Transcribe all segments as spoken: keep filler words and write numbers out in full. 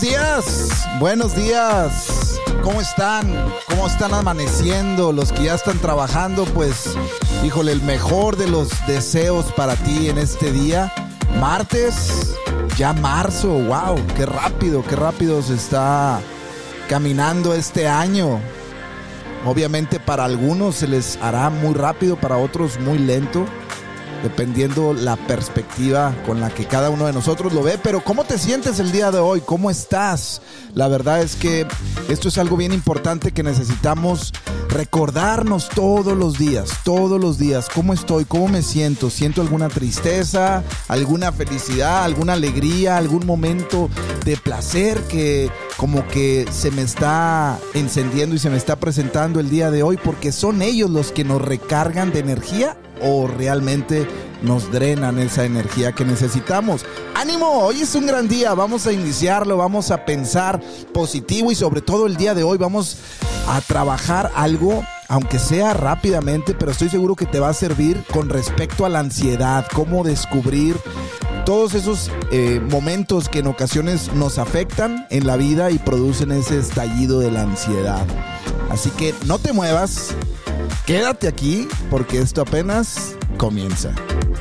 Buenos días, buenos días. ¿Cómo están? ¿Cómo están amaneciendo? Los que ya están trabajando, pues, híjole, el mejor de los deseos para ti en este día. Martes, ya marzo, wow, qué rápido, qué rápido se está caminando este año. Obviamente para algunos se les hará muy rápido, para otros muy lento, dependiendo la perspectiva con la que cada uno de nosotros lo ve. Pero ¿cómo te sientes el día de hoy? ¿Cómo estás? La verdad es que esto es algo bien importante que necesitamos recordarnos todos los días, todos los días. ¿Cómo estoy? ¿Cómo me siento? ¿Siento alguna tristeza? ¿Alguna felicidad? ¿Alguna alegría? ¿Algún momento de placer que como que se me está encendiendo y se me está presentando el día de hoy? Porque son ellos los que nos recargan de energía, o realmente nos drenan esa energía que necesitamos. ¡Ánimo! Hoy es un gran día, vamos a iniciarlo, vamos a pensar positivo y sobre todo el día de hoy vamos a trabajar algo, aunque sea rápidamente, pero estoy seguro que te va a servir con respecto a la ansiedad, cómo descubrir todos esos eh, momentos que en ocasiones nos afectan en la vida y producen ese estallido de la ansiedad. Así que no te muevas. Quédate aquí porque esto apenas comienza.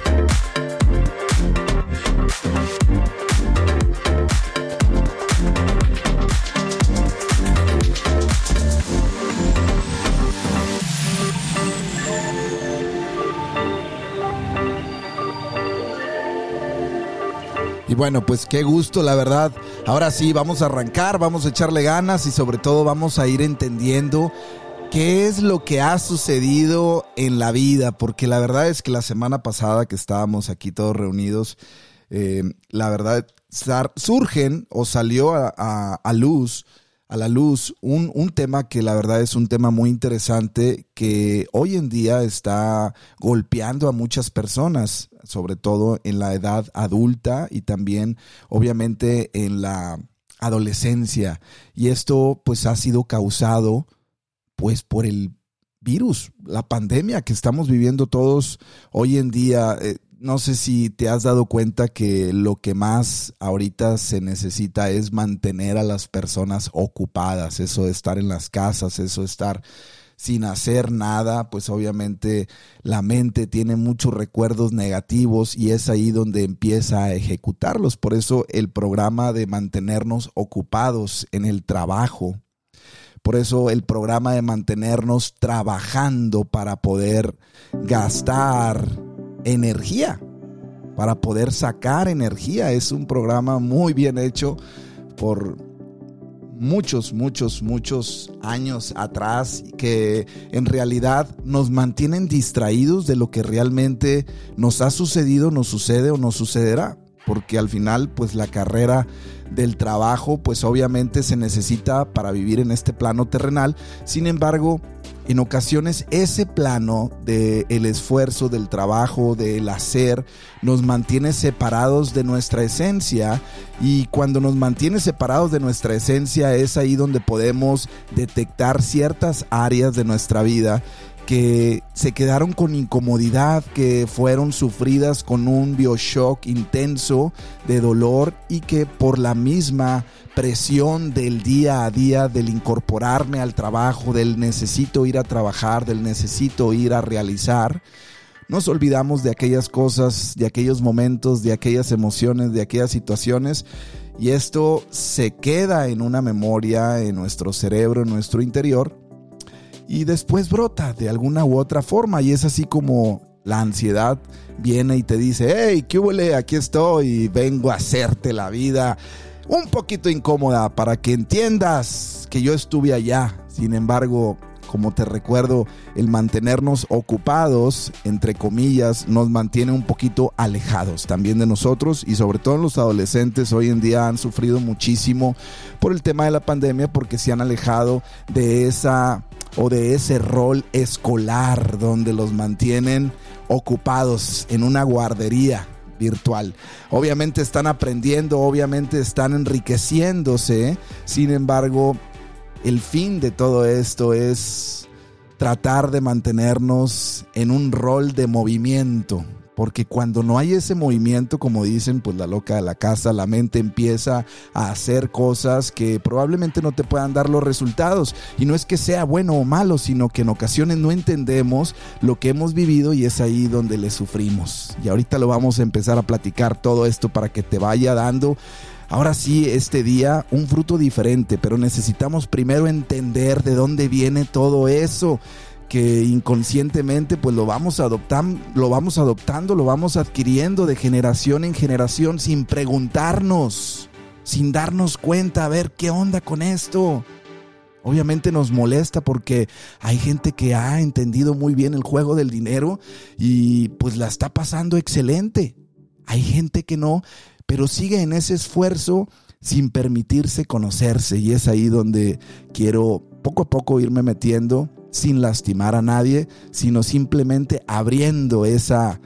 Y bueno, pues qué gusto, la verdad. Ahora sí, vamos a arrancar, vamos a echarle ganas y sobre todo vamos a ir entendiendo ¿qué es lo que ha sucedido en la vida? Porque la verdad es que la semana pasada que estábamos aquí todos reunidos, eh, la verdad surgen o salió a, a, a luz, a la luz un, un tema que la verdad es un tema muy interesante que hoy en día está golpeando a muchas personas, sobre todo en la edad adulta y también obviamente en la adolescencia. Y esto pues ha sido causado pues por el virus, la pandemia que estamos viviendo todos hoy en día. Eh, no sé si te has dado cuenta que lo que más ahorita se necesita es mantener a las personas ocupadas, eso de estar en las casas, eso de estar sin hacer nada, pues obviamente la mente tiene muchos recuerdos negativos y es ahí donde empieza a ejecutarlos. Por eso el programa de mantenernos ocupados en el trabajo, por eso el programa de mantenernos trabajando para poder gastar energía, para poder sacar energía. Es un programa muy bien hecho por muchos, muchos, muchos años atrás que en realidad nos mantienen distraídos de lo que realmente nos ha sucedido, nos sucede o nos sucederá. Porque al final, pues la carrera del trabajo, pues obviamente se necesita para vivir en este plano terrenal. Sin embargo, en ocasiones ese plano del esfuerzo, del trabajo, del hacer, nos mantiene separados de nuestra esencia. Y cuando nos mantiene separados de nuestra esencia, es ahí donde podemos detectar ciertas áreas de nuestra vida que se quedaron con incomodidad, que fueron sufridas con un bioshock intenso de dolor y que por la misma presión del día a día, del incorporarme al trabajo, del necesito ir a trabajar, del necesito ir a realizar, nos olvidamos de aquellas cosas, de aquellos momentos, de aquellas emociones, de aquellas situaciones. Y esto se queda en una memoria, en nuestro cerebro, en nuestro interior. Y después brota de alguna u otra forma y es así como la ansiedad viene y te dice: hey, ¿qué huele? Aquí estoy, vengo a hacerte la vida un poquito incómoda para que entiendas que yo estuve allá. Sin embargo, como te recuerdo, el mantenernos ocupados, entre comillas, nos mantiene un poquito alejados también de nosotros y sobre todo los adolescentes hoy en día han sufrido muchísimo por el tema de la pandemia porque se han alejado de esa o de ese rol escolar donde los mantienen ocupados en una guardería virtual. Obviamente están aprendiendo, obviamente están enriqueciéndose, sin embargo, el fin de todo esto es tratar de mantenernos en un rol de movimiento, Porque cuando no hay ese movimiento, como dicen, pues la loca de la casa, la mente empieza a hacer cosas que probablemente no te puedan dar los resultados. Y no es que sea bueno o malo, sino que en ocasiones no entendemos lo que hemos vivido y es ahí donde le sufrimos. Y ahorita lo vamos a empezar a platicar todo esto para que te vaya dando, ahora sí, este día un fruto diferente. Pero necesitamos primero entender de dónde viene todo eso, que inconscientemente pues lo vamos adoptando, lo vamos adoptando, lo vamos adquiriendo de generación en generación sin preguntarnos, sin darnos cuenta, a ver qué onda con esto. Obviamente nos molesta porque hay gente que ha entendido muy bien el juego del dinero y pues la está pasando excelente. Hay gente que no, pero sigue en ese esfuerzo sin permitirse conocerse, y es ahí donde quiero poco a poco irme metiendo, sin lastimar a nadie, sino simplemente abriendo esa,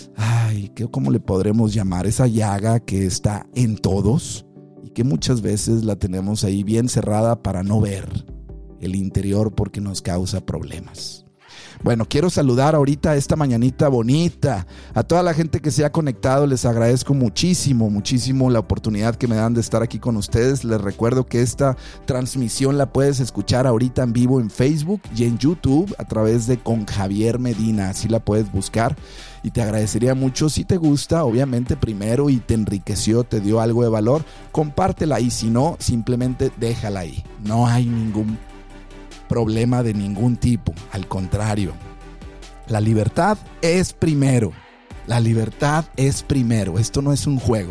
ay, ¿cómo le podremos llamar? Esa llaga que está en todos y que muchas veces la tenemos ahí bien cerrada para no ver el interior porque nos causa problemas. Bueno, quiero saludar ahorita esta mañanita bonita a toda la gente que se ha conectado. Les agradezco muchísimo, muchísimo la oportunidad que me dan de estar aquí con ustedes. Les recuerdo que esta transmisión la puedes escuchar ahorita en vivo en Facebook y en YouTube a través de Con Javier Medina. Así la puedes buscar y te agradecería mucho si te gusta, obviamente primero, y te enriqueció, te dio algo de valor, compártela, y si no, simplemente déjala ahí. No hay ningún problema de ningún tipo, al contrario, la libertad es primero, la libertad es primero, esto no es un juego,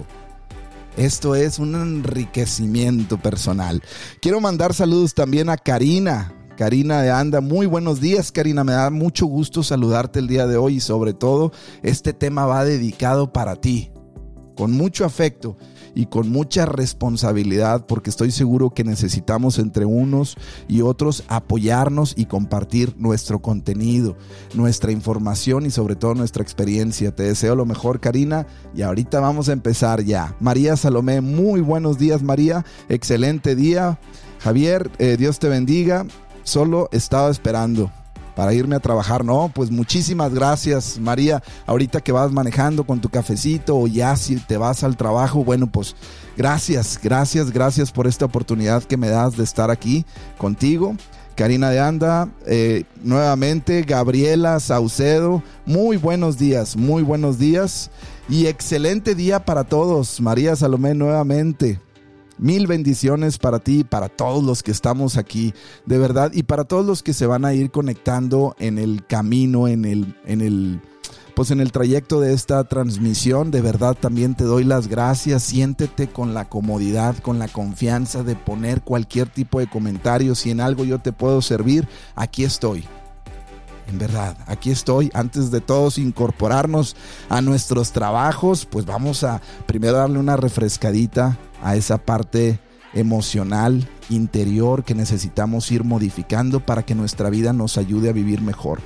esto es un enriquecimiento personal. Quiero mandar saludos también a Karina, Karina de Anda. Muy buenos días, Karina, me da mucho gusto saludarte el día de hoy y sobre todo este tema va dedicado para ti, con mucho afecto y con mucha responsabilidad, porque estoy seguro que necesitamos entre unos y otros apoyarnos y compartir nuestro contenido, nuestra información y sobre todo nuestra experiencia. Te deseo lo mejor, Karina, y ahorita vamos a empezar ya. María Salomé, muy buenos días, María, excelente día. Javier, eh, Dios te bendiga, solo estaba esperando para irme a trabajar. No, pues muchísimas gracias, María. Ahorita que vas manejando con tu cafecito o ya si te vas al trabajo, bueno, pues gracias, gracias, gracias por esta oportunidad que me das de estar aquí contigo. Karina de Anda, eh, nuevamente Gabriela Saucedo, muy buenos días, muy buenos días y excelente día para todos. María Salomé, nuevamente. Mil bendiciones para ti y para todos los que estamos aquí, de verdad, y para todos los que se van a ir conectando en el camino, en el, en el, pues en el trayecto de esta transmisión. De verdad también te doy las gracias. Siéntete con la comodidad, con la confianza de poner cualquier tipo de comentario. Si en algo yo te puedo servir, aquí estoy. En verdad, aquí estoy. Antes de todos incorporarnos a nuestros trabajos, pues vamos a primero darle una refrescadita a esa parte emocional, interior que necesitamos ir modificando para que nuestra vida nos ayude a vivir mejor.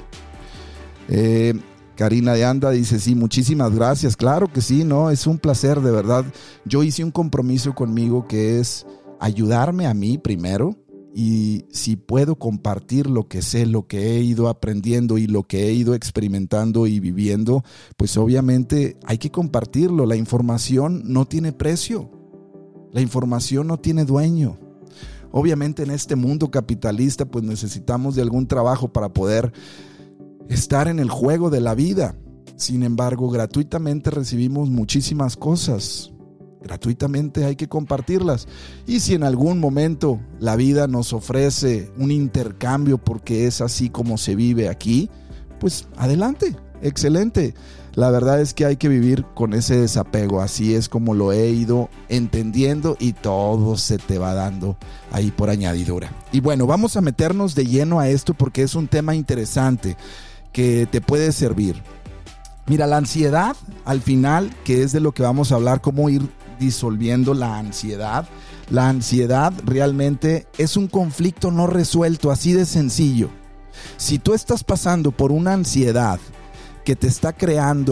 Eh, Karina de Anda dice, sí, muchísimas gracias. Claro que sí, no, es un placer, de verdad. Yo hice un compromiso conmigo que es ayudarme a mí primero. Y si puedo compartir lo que sé, lo que he ido aprendiendo y lo que he ido experimentando y viviendo, pues obviamente hay que compartirlo. La información no tiene precio. La información no tiene dueño. Obviamente en este mundo capitalista pues necesitamos de algún trabajo para poder estar en el juego de la vida. Sin embargo, gratuitamente recibimos muchísimas cosas. Gratuitamente hay que compartirlas. Y si en algún momento la vida nos ofrece un intercambio porque es así como se vive aquí, pues adelante, excelente. La verdad es que hay que vivir con ese desapego. Así es como lo he ido entendiendo y todo se te va dando ahí por añadidura. Y bueno, vamos a meternos de lleno a esto porque es un tema interesante que te puede servir. Mira, la ansiedad al final, que es de lo que vamos a hablar, cómo ir disolviendo la ansiedad. La ansiedad realmente es un conflicto no resuelto, así de sencillo. Si tú estás pasando por una ansiedad que te está creando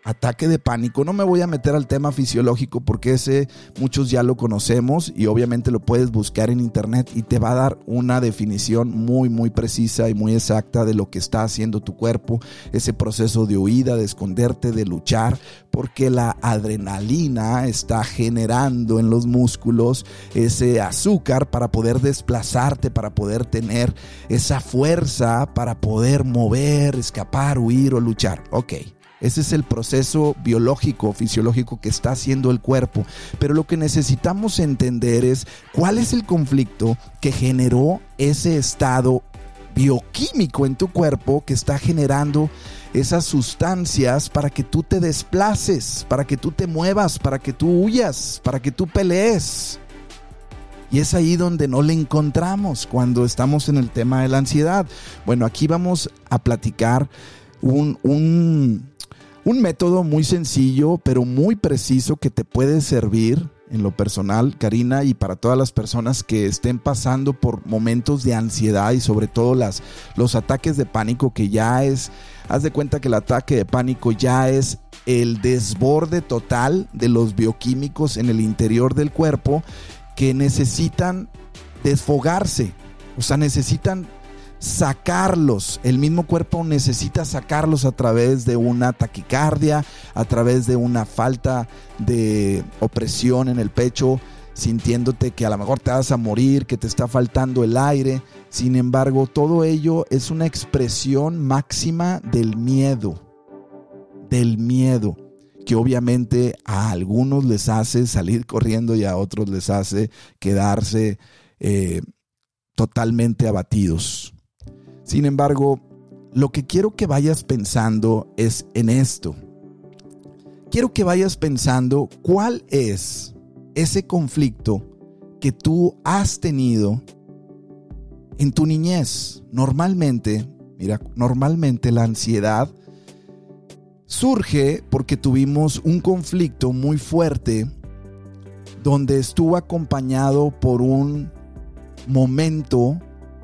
ataque de pánico. No me voy a meter al tema fisiológico porque ese muchos ya lo conocemos y obviamente lo puedes buscar en internet y te va a dar una definición muy muy precisa y muy exacta de lo que está haciendo tu cuerpo, ese proceso de huida, de esconderte, de luchar, porque la adrenalina está generando en los músculos ese azúcar para poder desplazarte, para poder tener esa fuerza para poder mover, escapar, huir o luchar. Ok. Ese es el proceso biológico, fisiológico que está haciendo el cuerpo. Pero lo que necesitamos entender es cuál es el conflicto que generó ese estado bioquímico en tu cuerpo que está generando esas sustancias para que tú te desplaces, para que tú te muevas, para que tú huyas, para que tú pelees. Y es ahí donde no le encontramos cuando estamos en el tema de la ansiedad. Bueno, aquí vamos a platicar un... un Un método muy sencillo, pero muy preciso que te puede servir en lo personal, Karina, y para todas las personas que estén pasando por momentos de ansiedad y sobre todo las, los ataques de pánico, que ya es, haz de cuenta que el ataque de pánico ya es el desborde total de los bioquímicos en el interior del cuerpo que necesitan desfogarse, o sea, necesitan sacarlos. El mismo cuerpo necesita sacarlos a través de una taquicardia, a través de una falta de opresión en el pecho, sintiéndote que a lo mejor te vas a morir, que te está faltando el aire. Sin embargo, todo ello es una expresión máxima del miedo, del miedo, que obviamente a algunos les hace salir corriendo y a otros les hace quedarse eh, totalmente abatidos. Sin embargo, lo que quiero que vayas pensando es en esto. Quiero que vayas pensando cuál es ese conflicto que tú has tenido en tu niñez. Normalmente, mira, normalmente la ansiedad surge porque tuvimos un conflicto muy fuerte donde estuvo acompañado por un momento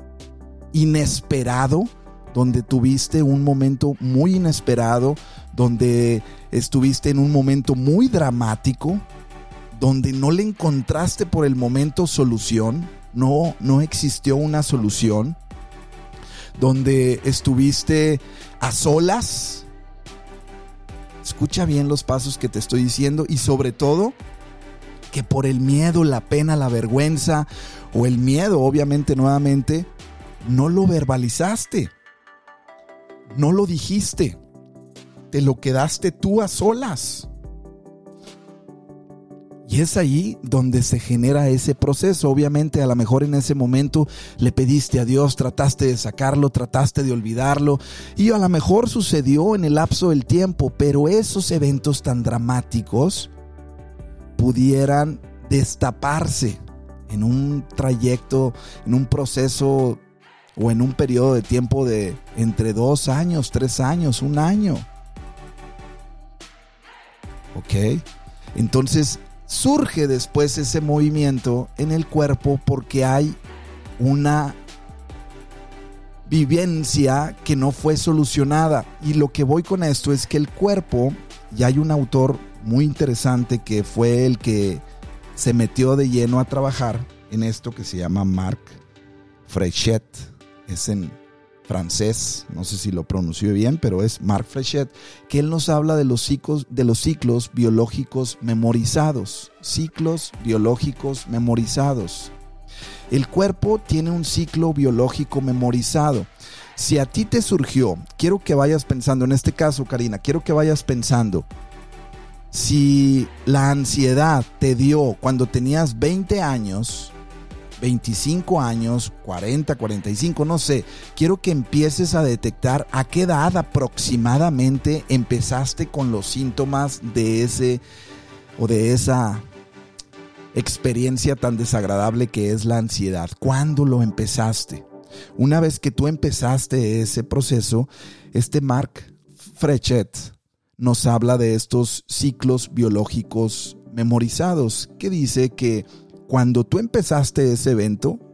inesperado, donde tuviste un momento muy inesperado, donde estuviste en un momento muy dramático, donde no le encontraste por el momento solución, no, no existió una solución, donde estuviste a solas. Escucha bien los pasos que te estoy diciendo y sobre todo que por el miedo, la pena, la vergüenza o el miedo, obviamente nuevamente, no lo verbalizaste, no lo dijiste, te lo quedaste tú a solas. Y es ahí donde se genera ese proceso. Obviamente a lo mejor en ese momento le pediste a Dios, trataste de sacarlo, trataste de olvidarlo y a lo mejor sucedió en el lapso del tiempo, pero esos eventos tan dramáticos pudieran destaparse en un trayecto, en un proceso o en un periodo de tiempo de entre dos años, tres años, un año. ¿Ok? Entonces surge después ese movimiento en el cuerpo porque hay una vivencia que no fue solucionada. Y lo que voy con esto es que el cuerpo, y hay un autor muy interesante que fue el que se metió de lleno a trabajar en esto que se llama Marc Frechet. Es en francés, no sé si lo pronunció bien, pero es Marc Frechet, que él nos habla de los ciclos, de los ciclos biológicos memorizados. Ciclos biológicos memorizados. El cuerpo tiene un ciclo biológico memorizado. Si a ti te surgió, quiero que vayas pensando, en este caso, Karina, quiero que vayas pensando, si la ansiedad te dio cuando tenías veinte años, veinticinco años, cuarenta, cuarenta y cinco, no sé. Quiero que empieces a detectar a qué edad aproximadamente empezaste con los síntomas de ese o de esa experiencia tan desagradable que es la ansiedad. ¿Cuándo lo empezaste? Una vez que tú empezaste ese proceso, este Marc Frechet nos habla de estos ciclos biológicos memorizados, que dice que cuando tú empezaste ese evento,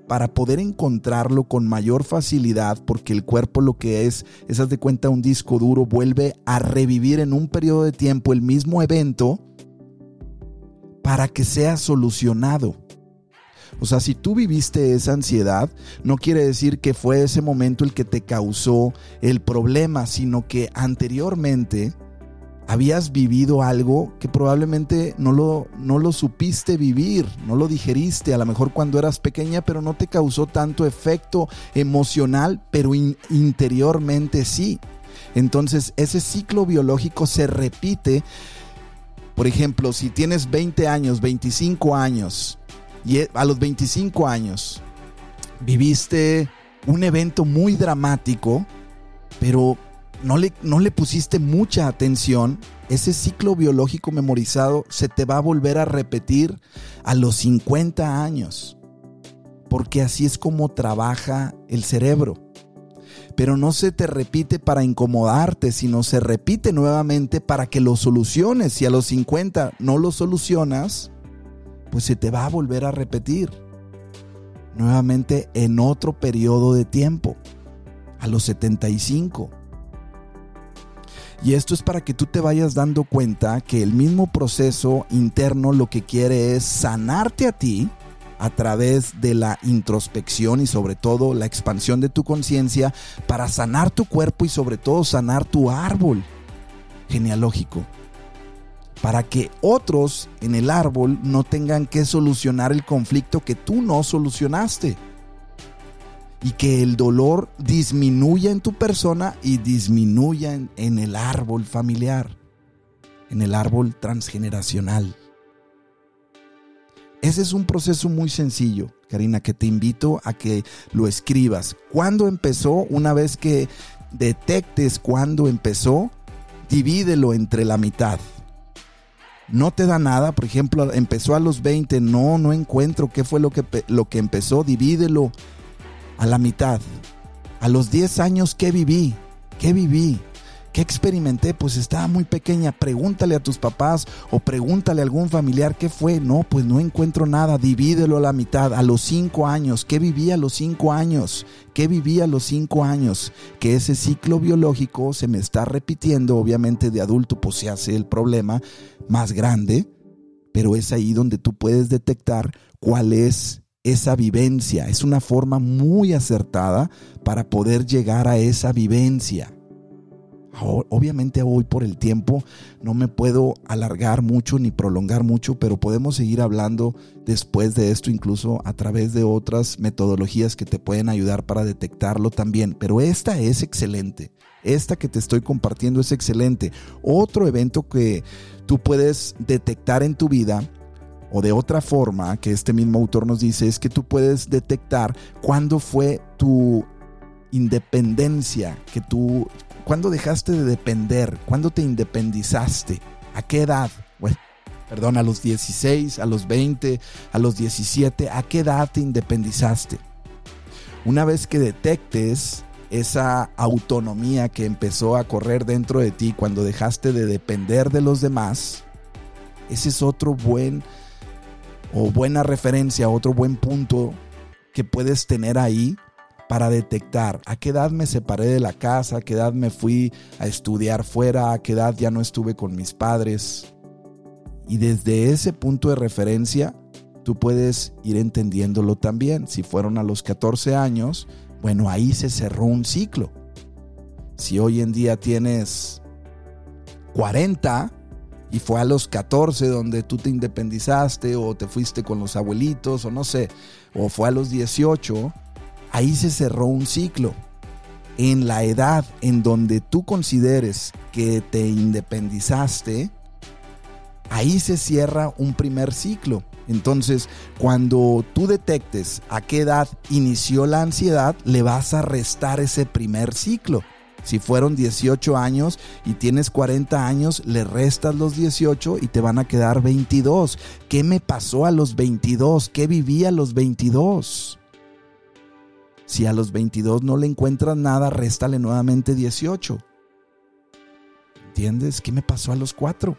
para poder encontrarlo con mayor facilidad, porque el cuerpo lo que es, es haz de cuenta un disco duro, vuelve a revivir en un periodo de tiempo el mismo evento para que sea solucionado. O sea, si tú viviste esa ansiedad, no quiere decir que fue ese momento el que te causó el problema, sino que anteriormente habías vivido algo que probablemente no lo, no lo supiste vivir, no lo digeriste, a lo mejor cuando eras pequeña, pero no te causó tanto efecto emocional, pero in, interiormente sí. Entonces ese ciclo biológico se repite. Por ejemplo, si tienes veinte años, veinticinco años, y a los veinticinco años viviste un evento muy dramático, pero No le, no le pusiste mucha atención, ese ciclo biológico memorizado se te va a volver a repetir a los cincuenta años, porque así es como trabaja el cerebro. Pero no se te repite para incomodarte, sino se repite nuevamente para que lo soluciones. Si a los cincuenta no lo solucionas, pues se te va a volver a repetir nuevamente en otro periodo de tiempo, a los setenta y cinco. Y esto es para que tú te vayas dando cuenta que el mismo proceso interno lo que quiere es sanarte a ti a través de la introspección y sobre todo la expansión de tu conciencia para sanar tu cuerpo y sobre todo sanar tu árbol genealógico. Para que otros en el árbol no tengan que solucionar el conflicto que tú no solucionaste. Y que el dolor disminuya en tu persona y disminuya en, en el árbol familiar, en el árbol transgeneracional. Ese es un proceso muy sencillo, Karina, que te invito a que lo escribas. ¿Cuándo empezó? Una vez que detectes cuándo empezó, divídelo entre la mitad. No te da nada, por ejemplo, empezó a los veinte, no, no encuentro qué fue lo que, lo que empezó, divídelo a la mitad. A los diez años, ¿qué viví? ¿Qué viví? ¿Qué experimenté? Pues estaba muy pequeña. Pregúntale a tus papás o pregúntale a algún familiar qué fue. No, pues no encuentro nada. Divídelo a la mitad. A los cinco años, ¿qué viví a los cinco años? ¿Qué viví a los cinco años? Que ese ciclo biológico se me está repitiendo. Obviamente de adulto pues se hace el problema más grande, pero es ahí donde tú puedes detectar cuál es esa vivencia. Es una forma muy acertada para poder llegar a esa vivencia. Obviamente hoy por el tiempo no me puedo alargar mucho ni prolongar mucho, pero podemos seguir hablando después de esto, incluso a través de otras metodologías que te pueden ayudar para detectarlo también. Pero esta es excelente. Esta que te estoy compartiendo es excelente. Otro evento que tú puedes detectar en tu vida, o de otra forma que este mismo autor nos dice, es que tú puedes detectar cuándo fue tu independencia, que tú, cuándo dejaste de depender, cuándo te independizaste, a qué edad, bueno, perdón, a los dieciséis, a los veinte, a los diecisiete, a qué edad te independizaste. Una vez que detectes esa autonomía que empezó a correr dentro de ti cuando dejaste de depender de los demás, ese es otro buen o buena referencia, otro buen punto que puedes tener ahí para detectar a qué edad me separé de la casa, a qué edad me fui a estudiar fuera, a qué edad ya no estuve con mis padres. Y desde ese punto de referencia tú puedes ir entendiéndolo también. Si fueron a los catorce años, bueno, ahí se cerró un ciclo. Si hoy en día tienes cuarenta y fue a los catorce donde tú te independizaste o te fuiste con los abuelitos o no sé, o fue a los dieciocho, ahí se cerró un ciclo. En la edad en donde tú consideres que te independizaste, ahí se cierra un primer ciclo. Entonces, cuando tú detectes a qué edad inició la ansiedad, le vas a restar ese primer ciclo. Si fueron dieciocho años y tienes cuarenta años, le restas los dieciocho y te van a quedar veintidós. ¿Qué me pasó a los veintidós? ¿Qué viví a los veintidós? Si a los veintidós no le encuentras nada, réstale nuevamente dieciocho. ¿Entiendes? ¿Qué me pasó a los cuatro?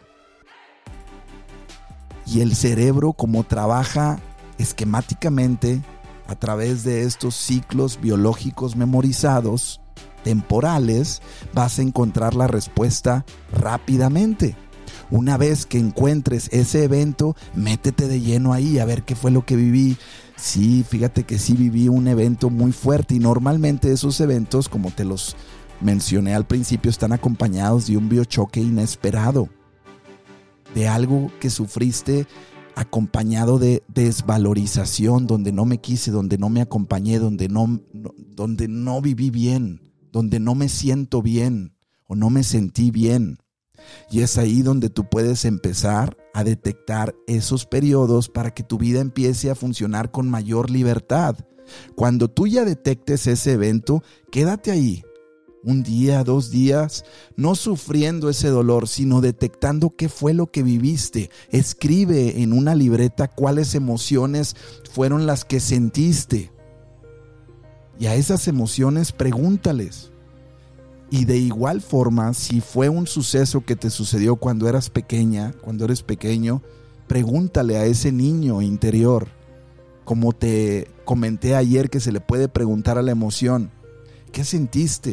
Y el cerebro, como trabaja esquemáticamente, a través de estos ciclos biológicos memorizados, temporales, vas a encontrar la respuesta rápidamente. Una vez que encuentres ese evento, métete de lleno ahí a ver qué fue lo que viví. Sí, fíjate que sí viví un evento muy fuerte y normalmente esos eventos, como te los mencioné al principio, están acompañados de un biochoque inesperado, de algo que sufriste acompañado de desvalorización, donde no me quise, donde no me acompañé, donde no, no, donde no viví bien, donde no me siento bien o no me sentí bien. Y es ahí donde tú puedes empezar a detectar esos periodos para que tu vida empiece a funcionar con mayor libertad. Cuando tú ya detectes ese evento, quédate ahí. Un día, dos días, no sufriendo ese dolor, sino detectando qué fue lo que viviste. Escribe en una libreta cuáles emociones fueron las que sentiste. Y a esas emociones pregúntales. Y de igual forma, si fue un suceso que te sucedió cuando eras pequeña, cuando eres pequeño, pregúntale a ese niño interior. Como te comenté ayer que se le puede preguntar a la emoción, ¿qué sentiste?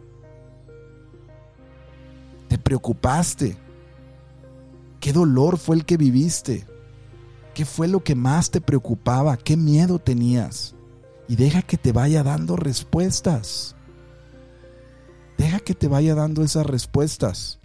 ¿Te preocupaste? ¿Qué dolor fue el que viviste? ¿Qué fue lo que más te preocupaba? ¿Qué miedo tenías? Y deja que te vaya dando respuestas. Deja que te vaya dando esas respuestas.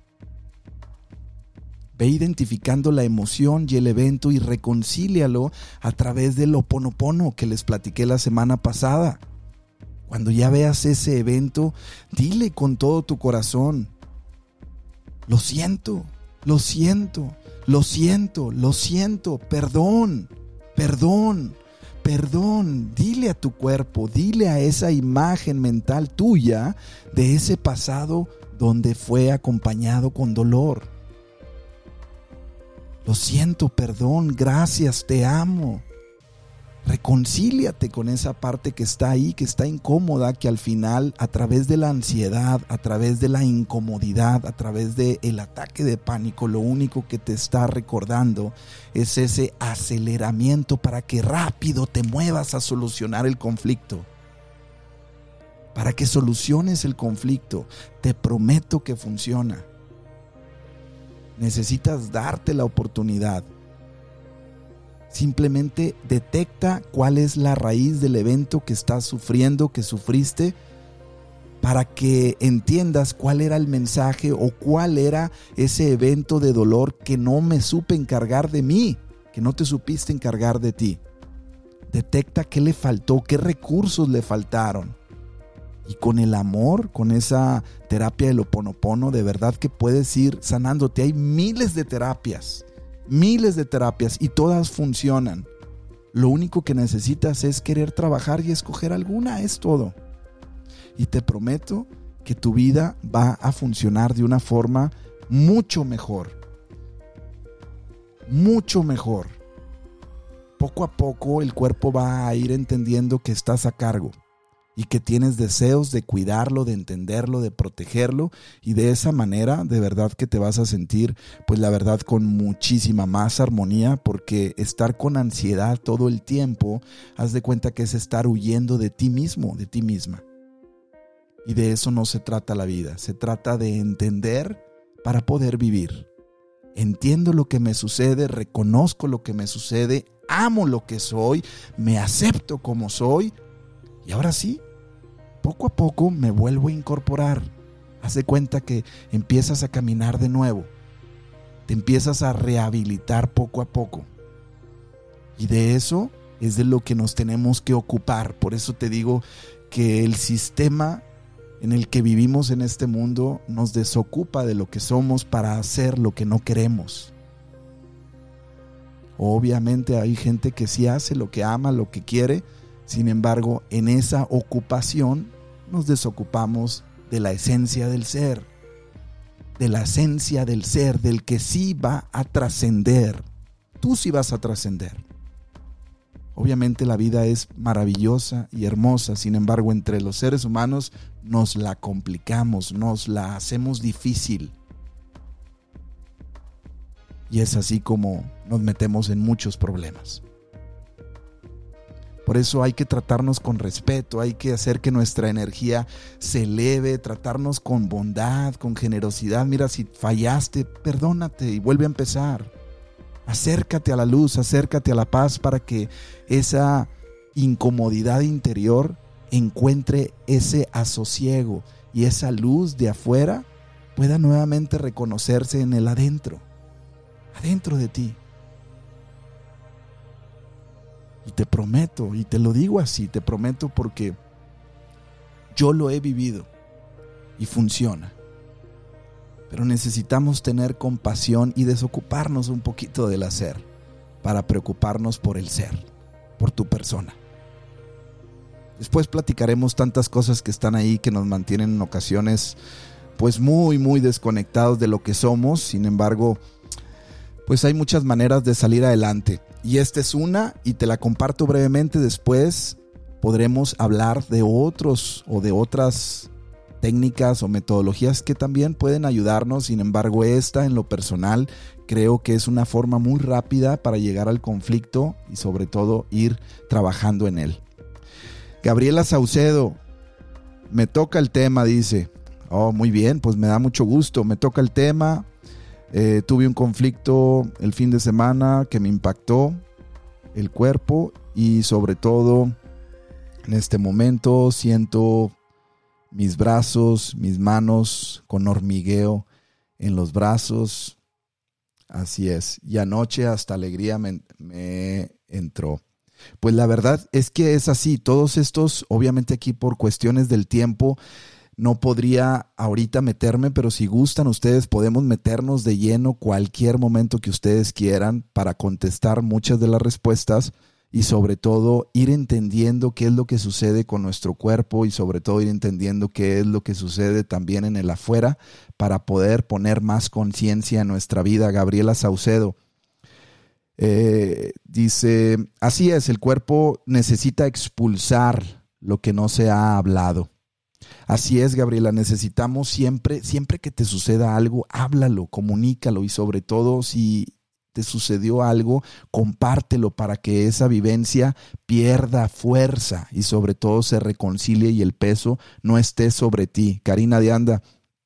Ve identificando la emoción y el evento y reconcílialo a través del Ho'oponopono que les platiqué la semana pasada. Cuando ya veas ese evento, dile con todo tu corazón: Lo siento, lo siento, lo siento, lo siento, perdón, perdón, perdón. Dile a tu cuerpo, dile a esa imagen mental tuya de ese pasado donde fue acompañado con dolor. Lo siento, perdón, gracias, te amo. Reconcíliate con esa parte que está ahí, que está incómoda, que al final, a través de la ansiedad, a través de la incomodidad, a través del ataque de pánico, lo único que te está recordando es ese aceleramiento para que rápido te muevas a solucionar el conflicto. Para que soluciones el conflicto, te prometo que funciona. Necesitas darte la oportunidad. Simplemente detecta cuál es la raíz del evento que estás sufriendo, que sufriste, para que entiendas cuál era el mensaje o cuál era ese evento de dolor que no me supe encargar de mí, que no te supiste encargar de ti. Detecta qué le faltó, qué recursos le faltaron. Y con el amor, con esa terapia del Ho'oponopono, de verdad que puedes ir sanándote. Hay miles de terapias. Miles de terapias y todas funcionan. Lo único que necesitas es querer trabajar y escoger alguna, es todo. Y te prometo que tu vida va a funcionar de una forma mucho mejor. Mucho mejor. Poco a poco el cuerpo va a ir entendiendo que estás a cargo y que tienes deseos de cuidarlo, de entenderlo, de protegerlo, y de esa manera de verdad que te vas a sentir, pues la verdad, con muchísima más armonía, porque estar con ansiedad todo el tiempo, haz de cuenta que es estar huyendo de ti mismo, de ti misma. Y de eso no se trata la vida, se trata de entender para poder vivir. Entiendo lo que me sucede, reconozco lo que me sucede, amo lo que soy, me acepto como soy. Y ahora sí, poco a poco me vuelvo a incorporar. Haz de cuenta que empiezas a caminar de nuevo. Te empiezas a rehabilitar poco a poco. Y de eso es de lo que nos tenemos que ocupar. Por eso te digo que el sistema en el que vivimos en este mundo nos desocupa de lo que somos para hacer lo que no queremos. Obviamente hay gente que sí hace lo que ama, lo que quiere. Sin embargo, en esa ocupación nos desocupamos de la esencia del ser, de la esencia del ser, del que sí va a trascender. Tú sí vas a trascender. Obviamente la vida es maravillosa y hermosa, sin embargo, entre los seres humanos nos la complicamos, nos la hacemos difícil. Y es así como nos metemos en muchos problemas. Por eso hay que tratarnos con respeto, hay que hacer que nuestra energía se eleve, tratarnos con bondad, con generosidad. Mira, si fallaste, perdónate y vuelve a empezar. Acércate a la luz, acércate a la paz para que esa incomodidad interior encuentre ese asosiego y esa luz de afuera pueda nuevamente reconocerse en el adentro, adentro de ti. Y te prometo, y te lo digo así, te prometo porque yo lo he vivido y funciona. Pero necesitamos tener compasión y desocuparnos un poquito del hacer para preocuparnos por el ser, por tu persona. Después platicaremos tantas cosas que están ahí que nos mantienen en ocasiones pues muy muy desconectados de lo que somos. Sin embargo, pues hay muchas maneras de salir adelante. Y esta es una y te la comparto brevemente. Después podremos hablar de otros o de otras técnicas o metodologías que también pueden ayudarnos. Sin embargo, esta en lo personal creo que es una forma muy rápida para llegar al conflicto y sobre todo ir trabajando en él. Gabriela Saucedo, me toca el tema, dice. Oh, muy bien, pues me da mucho gusto, me toca el tema. Eh, tuve un conflicto el fin de semana que me impactó el cuerpo y sobre todo en este momento siento mis brazos, mis manos con hormigueo en los brazos. Así es. Y anoche hasta alegría me, me entró. Pues la verdad es que es así. Todos estos, obviamente aquí por cuestiones del tiempo, no podría ahorita meterme, pero si gustan ustedes podemos meternos de lleno cualquier momento que ustedes quieran para contestar muchas de las respuestas. Y sobre todo ir entendiendo qué es lo que sucede con nuestro cuerpo y sobre todo ir entendiendo qué es lo que sucede también en el afuera para poder poner más conciencia en nuestra vida. Gabriela Saucedo eh, dice, así es, el cuerpo necesita expulsar lo que no se ha hablado. Así es, Gabriela, necesitamos siempre, siempre que te suceda algo, háblalo, comunícalo y sobre todo si te sucedió algo, compártelo para que esa vivencia pierda fuerza y sobre todo se reconcilie y el peso no esté sobre ti. Karina de Anda,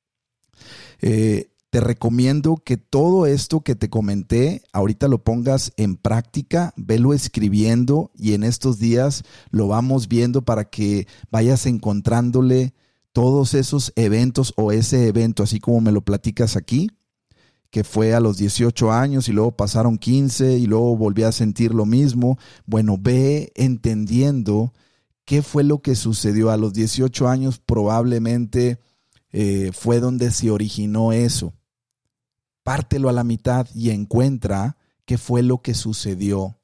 eh, te recomiendo que todo esto que te comenté, ahorita lo pongas en práctica, velo escribiendo y en estos días lo vamos viendo para que vayas encontrándole todos esos eventos o ese evento, así como me lo platicas aquí, que fue a los dieciocho años y luego pasaron quince y luego volví a sentir lo mismo. Bueno, ve entendiendo qué fue lo que sucedió a los dieciocho años, probablemente eh, fue donde se originó eso. Pártelo a la mitad y encuentra qué fue lo que sucedió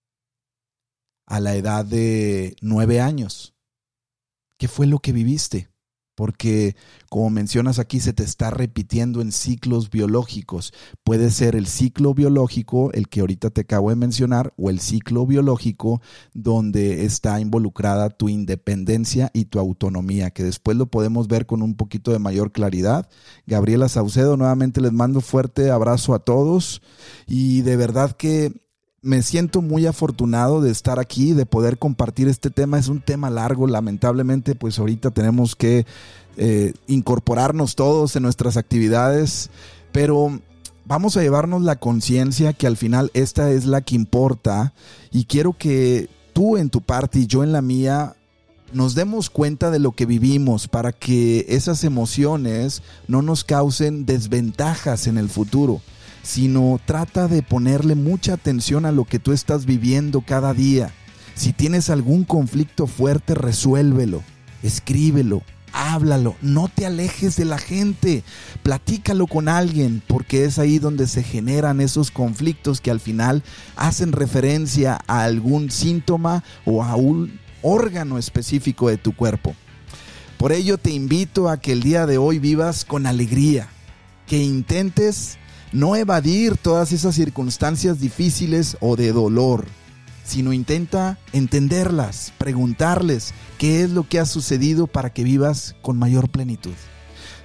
a la edad de nueve años. ¿Qué fue lo que viviste? Porque, como mencionas aquí, se te está repitiendo en ciclos biológicos. Puede ser el ciclo biológico, el que ahorita te acabo de mencionar, o el ciclo biológico donde está involucrada tu independencia y tu autonomía, que después lo podemos ver con un poquito de mayor claridad. Gabriela Saucedo, nuevamente les mando fuerte abrazo a todos y de verdad que me siento muy afortunado de estar aquí, de poder compartir este tema. Es un tema largo, lamentablemente, pues ahorita tenemos que eh, incorporarnos todos en nuestras actividades, pero vamos a llevarnos la conciencia que al final esta es la que importa y quiero que tú en tu parte y yo en la mía nos demos cuenta de lo que vivimos para que esas emociones no nos causen desventajas en el futuro, sino trata de ponerle mucha atención a lo que tú estás viviendo cada día. Si tienes algún conflicto fuerte, resuélvelo, escríbelo, háblalo, no te alejes de la gente, platícalo con alguien, porque es ahí donde se generan esos conflictos que al final hacen referencia a algún síntoma o a un órgano específico de tu cuerpo. Por ello te invito a que el día de hoy vivas con alegría, que intentes no evadir todas esas circunstancias difíciles o de dolor, sino intenta entenderlas, preguntarles qué es lo que ha sucedido para que vivas con mayor plenitud.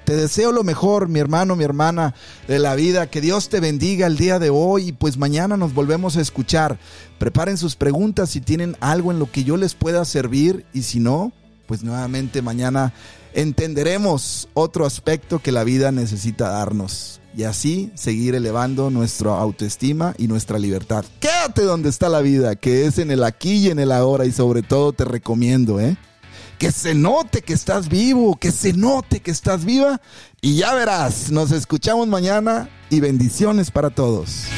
Te deseo lo mejor, mi hermano, mi hermana de la vida. Que Dios te bendiga el día de hoy y pues mañana nos volvemos a escuchar. Preparen sus preguntas si tienen algo en lo que yo les pueda servir y si no, pues nuevamente mañana entenderemos otro aspecto que la vida necesita darnos y así seguir elevando nuestra autoestima y nuestra libertad. Quédate donde está la vida, que es en el aquí y en el ahora, y sobre todo te recomiendo, ¿eh? que se note que estás vivo, que se note que estás viva y ya verás. Nos escuchamos mañana y bendiciones para todos.